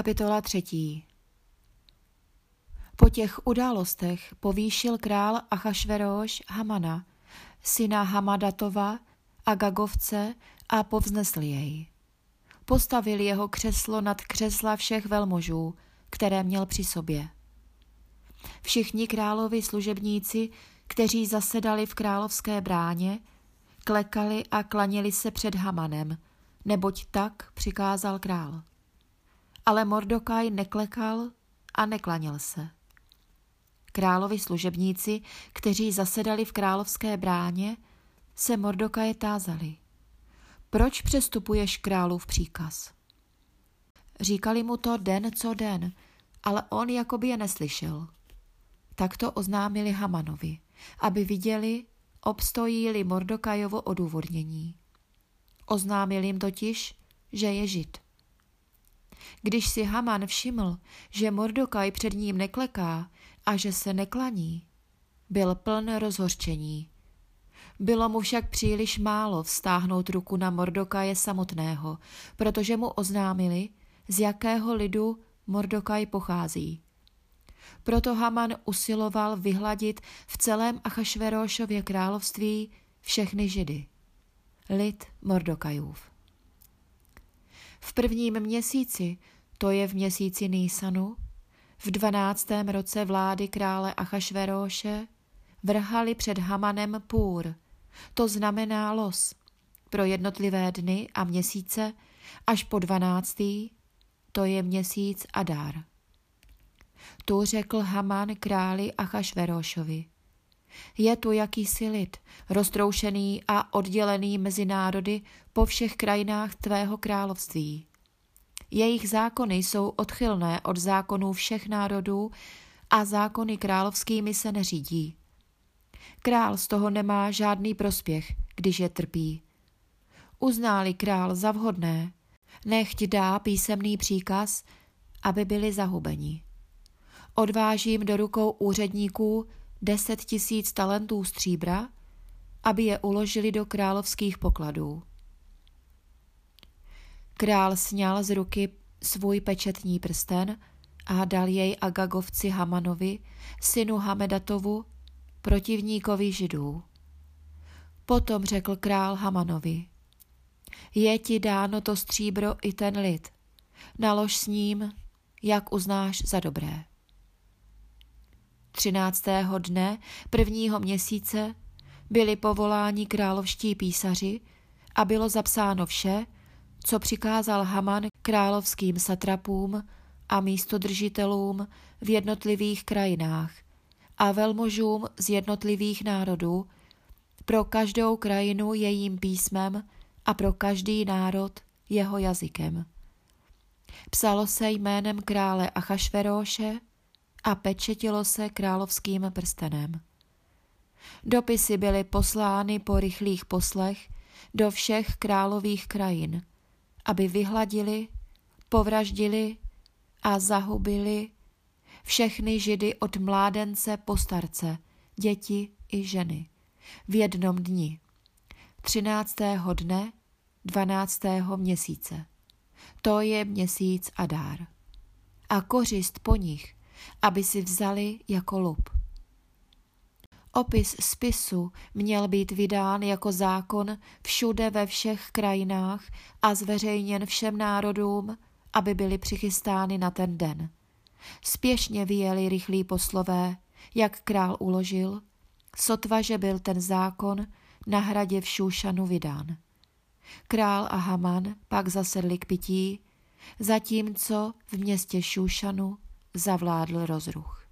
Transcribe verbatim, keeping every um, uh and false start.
Kapitola třetí. Po těch událostech povýšil král Achašveroš Hamana, syna Hamadatova, Agagovce, a povznesl jej. Postavil jeho křeslo nad křesla všech velmožů, které měl při sobě. Všichni královi služebníci, kteří zasedali v královské bráně, klekali a klaněli se před Hamanem, neboť tak přikázal král. Ale Mordokaj neklekal a neklaněl se. Královi služebníci, kteří zasedali v královské bráně, se Mordokaje tázali: Proč přestupuješ králův příkaz? Říkali mu to den co den, ale on jakoby je neslyšel. Tak to oznámili Hamanovi, aby viděli, obstojí-li Mordokajovo odůvodnění. Oznámil jim totiž, že je Žid. Když si Haman všiml, že Mordokaj před ním nekleká a že se neklaní, byl pln rozhořčení. Bylo mu však příliš málo vztáhnout ruku na Mordokaje samotného, protože mu oznámili, z jakého lidu Mordokaj pochází. Proto Haman usiloval vyhladit v celém Achašverošově království všechny Židy. Lid Mordokajův. V prvním měsíci, to je v měsíci Nísanu, v dvanáctém roce vlády krále Achašveroše, vrhali před Hamanem půr, to znamená los, pro jednotlivé dny a měsíce až po dvanáctý, to je měsíc Adar. Tu řekl Haman králi Achašverošovi: Je tu jakýsi lid, roztroušený a oddělený mezi národy po všech krajinách tvého království. Jejich zákony jsou odchylné od zákonů všech národů a zákony královskými se neřídí. Král z toho nemá žádný prospěch, když je trpí. Uzná-li král za vhodné, nechť dá písemný příkaz, aby byli zahubeni. Odvážím do rukou úředníků deset tisíc talentů stříbra, aby je uložili do královských pokladů. Král sňal z ruky svůj pečetní prsten a dal jej Agagovci Hamanovi, synu Hamedatovu, protivníkovi Židů. Potom řekl král Hamanovi: Je ti dáno to stříbro i ten lid, nalož s ním, jak uznáš za dobré. Třináctého dne prvního měsíce byli povoláni královští písaři a bylo zapsáno vše, co přikázal Haman královským satrapům a místodržitelům v jednotlivých krajinách a velmožům z jednotlivých národů, pro každou krajinu jejím písmem a pro každý národ jeho jazykem. Psalo se jménem krále Achašveroše a pečetilo se královským prstenem. Dopisy byly poslány po rychlých poslech do všech králových krajin, aby vyhladili, povraždili a zahubili všechny Židy od mládence po starce, děti i ženy, v jednom dni, třináctého dne, dvanáctého měsíce. To je měsíc Adar. A kořist po nich, aby si vzali jako lup. Opis spisu měl být vydán jako zákon všude ve všech krajinách a zveřejněn všem národům, aby byly přichystány na ten den. Spěšně vyjeli rychlí poslové, jak král uložil, sotva, že byl ten zákon na hradě v Šúšanu vydán. Král a Haman pak zasedli k pití, zatímco v městě Šúšanu zavládl rozruch.